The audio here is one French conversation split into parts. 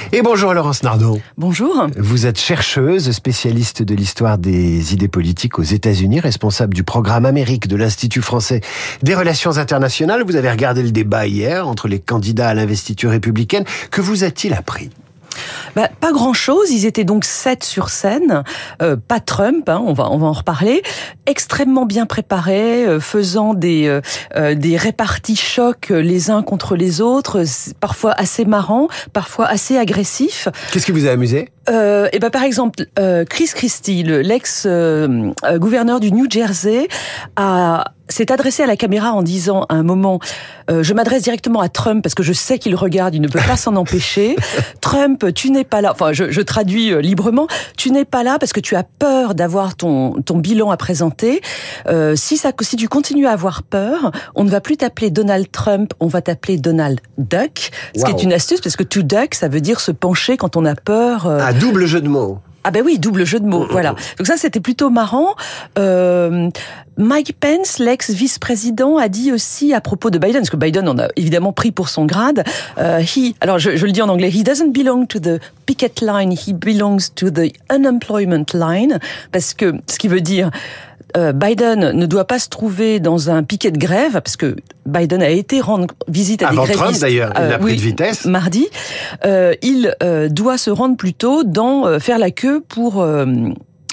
Et bonjour Laurence Nardon. Bonjour. Vous êtes chercheuse, spécialiste de l'histoire des idées politiques aux États-Unis, responsable du programme Amérique de l'Institut français des relations internationales. Vous avez regardé le débat hier entre les candidats à l'investiture républicaine. Que vous a-t-il appris ? Pas grand-chose. Ils étaient donc 7 sur scène, pas Trump, on va en reparler, extrêmement bien préparés, faisant des répartis chocs les uns contre les autres, parfois assez marrants, parfois assez agressifs. Qu'est-ce qui vous a amusé ? Par exemple, Chris Christie, l'ex-gouverneur du New Jersey, s'est adressé à la caméra en disant à un moment je m'adresse directement à Trump parce que je sais qu'il regarde, il ne peut pas s'en empêcher. Trump, tu n'es pas là. Enfin, je traduis librement. Tu n'es pas là parce que tu as peur d'avoir ton bilan à présenter. Si tu continues à avoir peur, on ne va plus t'appeler Donald Trump, on va t'appeler Donald Duck. Ce qui est une astuce parce que to duck, ça veut dire se pencher quand on a peur. Un double jeu de mots. Ah ben oui, double jeu de mots, voilà. Donc ça, c'était plutôt marrant. Mike Pence, l'ex-vice-président, a dit aussi à propos de Biden, parce que Biden en a évidemment pris pour son grade, alors je le dis en anglais, he doesn't belong to the picket line, he belongs to the unemployment line, parce que ce qui veut dire Biden ne doit pas se trouver dans un piquet de grève, parce que Biden a été rendre visite à des grévistes. Avant Trump, d'ailleurs, il a pris de vitesse. Mardi. Il doit se rendre plutôt dans faire la queue pour le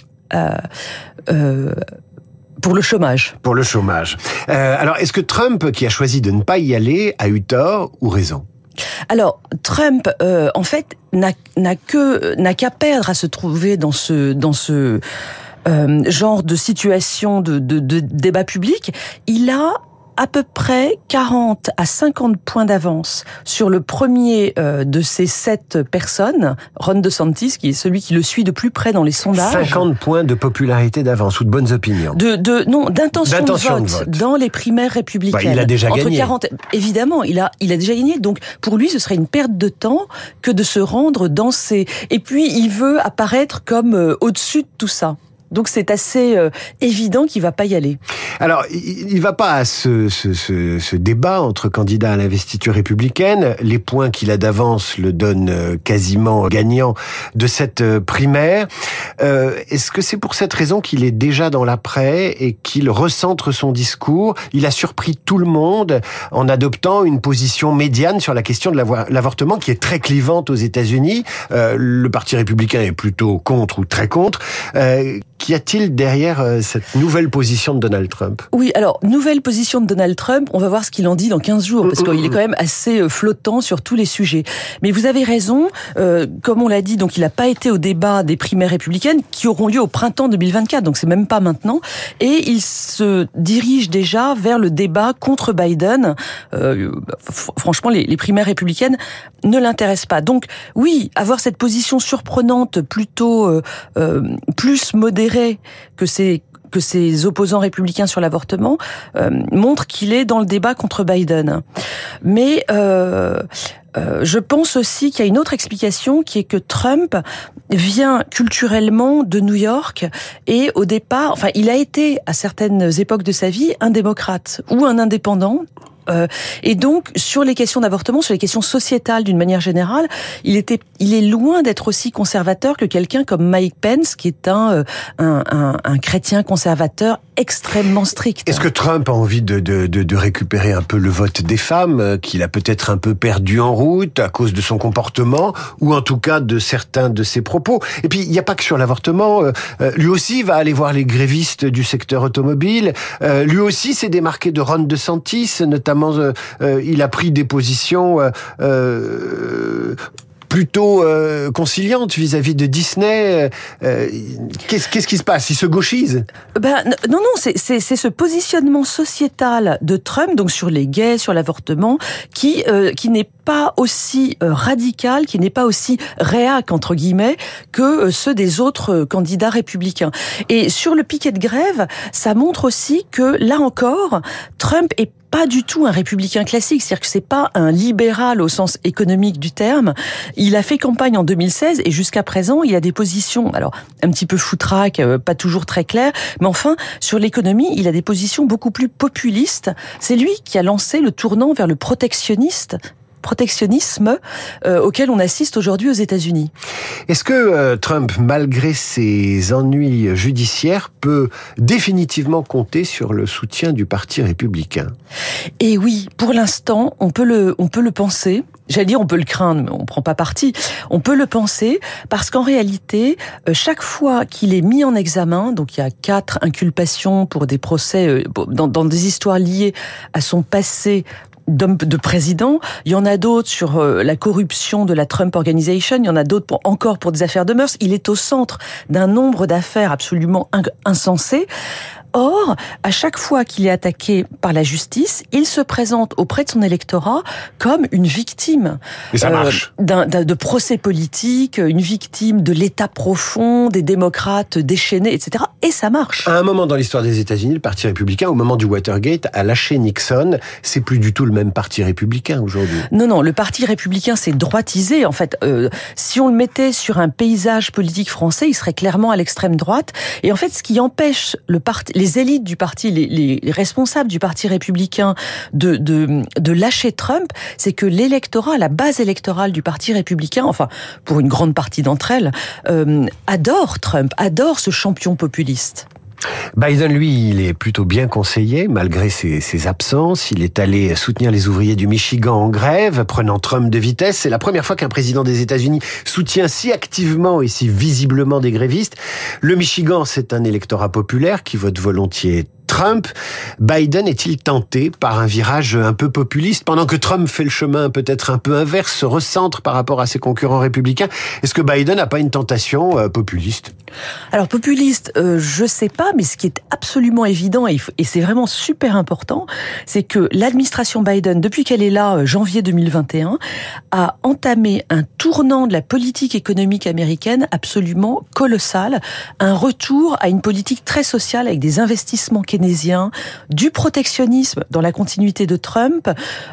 chômage. Pour le chômage. Alors, est-ce que Trump, qui a choisi de ne pas y aller, a eu tort ou raison ? Alors, Trump, en fait, n'a qu'à perdre à se trouver dans ce genre de situation de débat public. Il a à peu près 40 à 50 points d'avance sur le premier de ces 7 personnes, Ron DeSantis, qui est celui qui le suit de plus près dans les sondages. 50 points de popularité d'avance ou de bonnes opinions. D'intention de vote dans les primaires républicaines. Il a déjà gagné. 40, évidemment, il a déjà gagné. Donc, pour lui, ce serait une perte de temps que de se rendre dans ces... Et puis, il veut apparaître comme au-dessus de tout ça. Donc c'est assez évident qu'il va pas y aller. Alors, il va pas à ce débat entre candidats à l'investiture républicaine. Les points qu'il a d'avance le donnent quasiment gagnant de cette primaire. Est-ce que c'est pour cette raison qu'il est déjà dans l'après et qu'il recentre son discours ? Il a surpris tout le monde en adoptant une position médiane sur la question de l'avortement qui est très clivante aux États-Unis. Le Parti républicain est plutôt contre ou très contre. Qu'y a-t-il derrière cette nouvelle position de Donald Trump ? Oui, alors, nouvelle position de Donald Trump, on va voir ce qu'il en dit dans 15 jours, parce qu'il est quand même assez flottant sur tous les sujets. Mais vous avez raison, comme on l'a dit, donc il n'a pas été au débat des primaires républicaines qui auront lieu au printemps 2024, donc c'est même pas maintenant, et il se dirige déjà vers le débat contre Biden. Franchement, les primaires républicaines ne l'intéressent pas. Donc, oui, avoir cette position surprenante, plutôt plus modérée que ses opposants républicains sur l'avortement, montre qu'il est dans le débat contre Biden. Mais je pense aussi qu'il y a une autre explication qui est que Trump vient culturellement de New York et au départ, il a été à certaines époques de sa vie un démocrate ou un indépendant. Et donc, sur les questions d'avortement, sur les questions sociétales d'une manière générale, il est loin d'être aussi conservateur que quelqu'un comme Mike Pence, qui est un chrétien conservateur extrêmement strict. Est-ce que Trump a envie de récupérer un peu le vote des femmes, qu'il a peut-être un peu perdu en route à cause de son comportement, ou en tout cas de certains de ses propos ? Et puis, il n'y a pas que sur l'avortement. Lui aussi va aller voir les grévistes du secteur automobile. Lui aussi s'est démarqué de Ron DeSantis, notamment. Il a pris des positions plutôt conciliante vis-à-vis de Disney. Qu'est-ce qui se passe ? Il se gauchise ? Non, c'est ce positionnement sociétal de Trump, donc sur les gays, sur l'avortement, qui n'est pas aussi radical, qui n'est pas aussi réac, entre guillemets, que ceux des autres candidats républicains. Et sur le piquet de grève, ça montre aussi que, là encore, Trump est pas du tout un républicain classique, c'est-à-dire que c'est pas un libéral au sens économique du terme. Il a fait campagne en 2016 et jusqu'à présent, il a des positions, alors un petit peu foutraque, pas toujours très claires, mais enfin, sur l'économie, il a des positions beaucoup plus populistes. C'est lui qui a lancé le tournant vers le protectionniste protectionnisme auquel on assiste aujourd'hui aux États-Unis. Est-ce que Trump, malgré ses ennuis judiciaires, peut définitivement compter sur le soutien du Parti républicain? Et oui, pour l'instant, on peut le penser. J'allais dire on peut le craindre, mais on prend pas parti. On peut le penser parce qu'en réalité, chaque fois qu'il est mis en examen, donc il y a 4 inculpations pour des procès dans des histoires liées à son passé de président, il y en a d'autres sur la corruption de la Trump Organization, il y en a d'autres encore pour des affaires de mœurs. Il est au centre d'un nombre d'affaires absolument insensées. Or, à chaque fois qu'il est attaqué par la justice, il se présente auprès de son électorat comme une victime. Et ça marche. De procès politiques, une victime de l'État profond, des démocrates déchaînés, etc. Et ça marche. À un moment dans l'histoire des États-Unis, le Parti républicain, au moment du Watergate, a lâché Nixon. C'est plus du tout le même Parti républicain aujourd'hui. Non, le Parti républicain s'est droitisé. En fait, si on le mettait sur un paysage politique français, il serait clairement à l'extrême droite. Et en fait, ce qui empêche les élites du parti, les responsables du Parti républicain de lâcher Trump, c'est que l'électorat, la base électorale du Parti républicain, enfin, pour une grande partie d'entre elles, adore Trump, adore ce champion populiste. Biden, lui, il est plutôt bien conseillé, malgré ses absences. Il est allé soutenir les ouvriers du Michigan en grève, prenant Trump de vitesse. C'est la première fois qu'un président des États-Unis soutient si activement et si visiblement des grévistes. Le Michigan, c'est un électorat populaire qui vote volontiers Trump. Biden est-il tenté par un virage un peu populiste pendant que Trump fait le chemin peut-être un peu inverse, se recentre par rapport à ses concurrents républicains? Est-ce que Biden n'a pas une tentation populiste? Alors populiste, je sais pas, mais ce qui est absolument évident et c'est vraiment super important, c'est que l'administration Biden, depuis qu'elle est là, janvier 2021, a entamé un tournant de la politique économique américaine absolument colossal, un retour à une politique très sociale avec des investissements keynésiens, du protectionnisme dans la continuité de Trump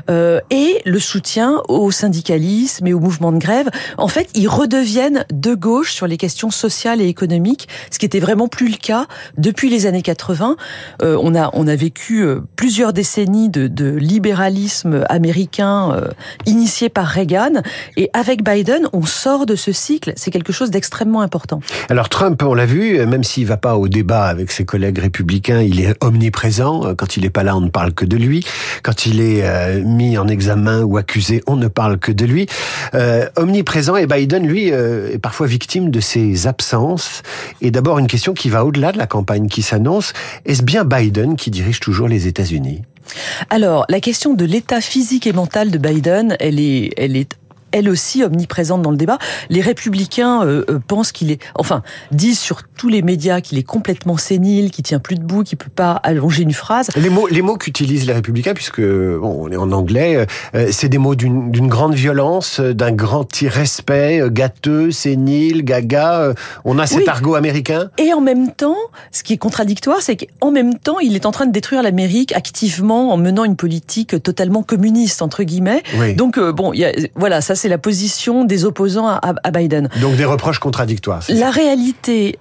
et le soutien au syndicalisme et au mouvement de grève. En fait, ils redeviennent de gauche sur les questions sociales et économiques, ce qui était vraiment plus le cas depuis les années 80. On a vécu plusieurs décennies de libéralisme américain initié par Reagan, et avec Biden, on sort de ce cycle. C'est quelque chose d'extrêmement important. Alors Trump, on l'a vu, même s'il va pas au débat avec ses collègues républicains, il est omniprésent. Quand il est pas là, on ne parle que de lui. Quand il est mis en examen ou accusé, on ne parle que de lui. Omniprésent, et Biden, lui, est parfois victime de ses absences. Et d'abord, une question qui va au-delà de la campagne qui s'annonce. Est-ce bien Biden qui dirige toujours les États-Unis? Alors, la question de l'état physique et mental de Biden, elle est elle aussi omniprésente dans le débat. Les républicains pensent disent sur tous les médias qu'il est complètement sénile, qu'il tient plus debout, qu'il peut pas allonger une phrase. Les mots qu'utilisent les républicains, puisque on est en anglais, c'est des mots d'une grande violence, d'un grand irrespect, gâteux, sénile, gaga. On a cet argot américain. Et en même temps, ce qui est contradictoire, c'est qu'en même temps, il est en train de détruire l'Amérique activement en menant une politique totalement communiste entre guillemets. Oui. Donc voilà, ça c'est la position des opposants à Biden. Donc des reproches contradictoires. La réalité,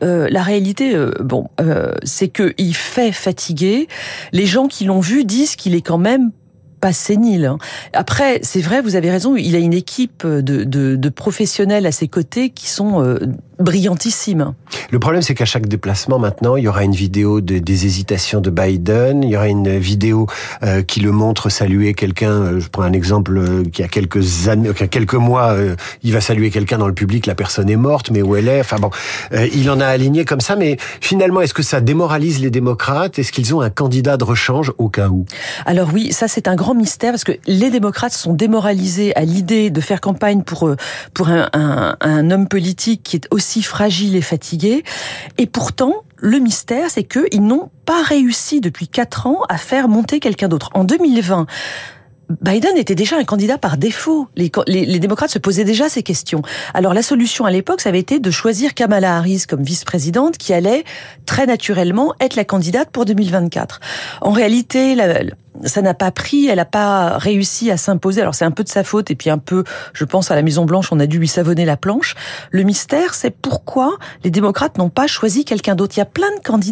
c'est que il fait fatiguer. Les gens qui l'ont vu disent qu'il est quand même pas sénile. Après, c'est vrai, vous avez raison, il a une équipe de professionnels à ses côtés qui sont brillantissimes. Le problème, c'est qu'à chaque déplacement, maintenant, il y aura une vidéo des hésitations de Biden, il y aura une vidéo qui le montre saluer quelqu'un, je prends un exemple qui a quelques mois, il va saluer quelqu'un dans le public, la personne est morte, mais où elle est? Enfin bon, il en a aligné comme ça, mais finalement, est-ce que ça démoralise les démocrates? Est-ce qu'ils ont un candidat de rechange au cas où? Alors oui, ça c'est un grand mystère, parce que les démocrates sont démoralisés à l'idée de faire campagne pour un homme politique qui est aussi fragile et fatigué. Et pourtant, le mystère, c'est qu'ils n'ont pas réussi depuis 4 ans à faire monter quelqu'un d'autre. En 2020, Biden était déjà un candidat par défaut. Les démocrates se posaient déjà ces questions. Alors la solution à l'époque, ça avait été de choisir Kamala Harris comme vice-présidente, qui allait très naturellement être la candidate pour 2024. En réalité, ça n'a pas pris, elle n'a pas réussi à s'imposer. Alors c'est un peu de sa faute, et puis un peu, je pense, à la Maison-Blanche, on a dû lui savonner la planche. Le mystère, c'est pourquoi les démocrates n'ont pas choisi quelqu'un d'autre. Il y a plein de candidats.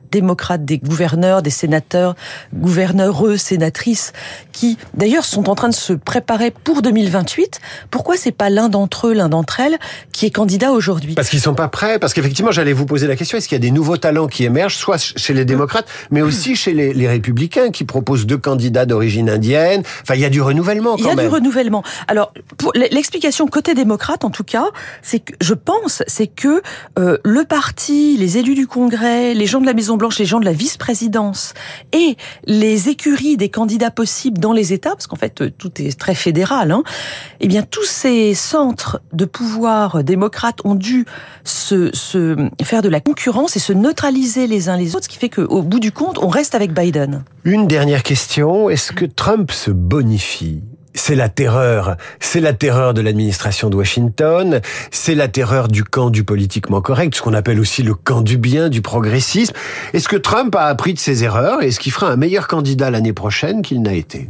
démocrates, des gouverneurs, des sénateurs, gouverneureux, sénatrices, qui d'ailleurs sont en train de se préparer pour 2028. Pourquoi c'est pas l'un d'entre eux, l'un d'entre elles, qui est candidat aujourd'hui? Parce qu'ils sont pas prêts. Parce qu'effectivement, j'allais vous poser la question, est-ce qu'il y a des nouveaux talents qui émergent, soit chez les démocrates, mais aussi chez les républicains, qui proposent 2 candidats d'origine indienne? Enfin, il y a du renouvellement quand même. Il y a du renouvellement. Alors, pour l'explication côté démocrate, en tout cas, c'est que, je pense, c'est que le parti, les élus du Congrès, les gens de la Maison-Blanche, les gens de la vice-présidence et les écuries des candidats possibles dans les États, parce qu'en fait, tout est très fédéral, eh bien, tous ces centres de pouvoir démocrates ont dû se faire de la concurrence et se neutraliser les uns les autres, ce qui fait qu'au bout du compte, on reste avec Biden. Une dernière question, est-ce que Trump se bonifie? C'est la terreur de l'administration de Washington, c'est la terreur du camp du politiquement correct, ce qu'on appelle aussi le camp du bien, du progressisme. Est-ce que Trump a appris de ses erreurs et est-ce qu'il fera un meilleur candidat l'année prochaine qu'il n'a été?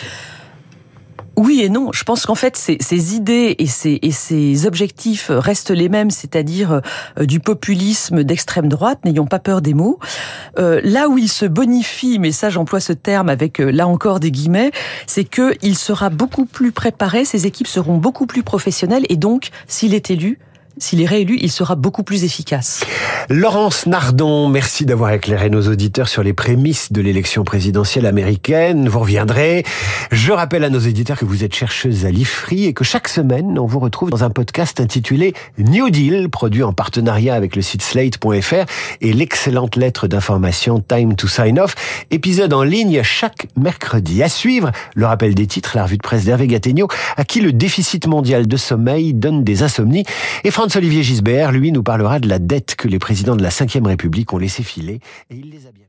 Oui et non. Je pense qu'en fait, ces idées et ces objectifs restent les mêmes, c'est-à-dire du populisme d'extrême droite, n'ayons pas peur des mots. Là où il se bonifie, mais ça j'emploie ce terme avec là encore des guillemets, c'est que il sera beaucoup plus préparé, ses équipes seront beaucoup plus professionnelles et donc, s'il est réélu, il sera beaucoup plus efficace. Laurence Nardon, merci d'avoir éclairé nos auditeurs sur les prémices de l'élection présidentielle américaine. Vous reviendrez. Je rappelle à nos auditeurs que vous êtes chercheuse à l'IFRI et que chaque semaine, on vous retrouve dans un podcast intitulé New Deal, produit en partenariat avec le site slate.fr et l'excellente lettre d'information Time to Sign Off. Épisode en ligne chaque mercredi. À suivre, le rappel des titres, la revue de presse d'Hervé Gattegno, à qui le déficit mondial de sommeil donne des insomnies. Et Franz-Olivier Gisbert, lui, nous parlera de la dette que les présidents de la Ve République ont laissé filer. Et il les a bien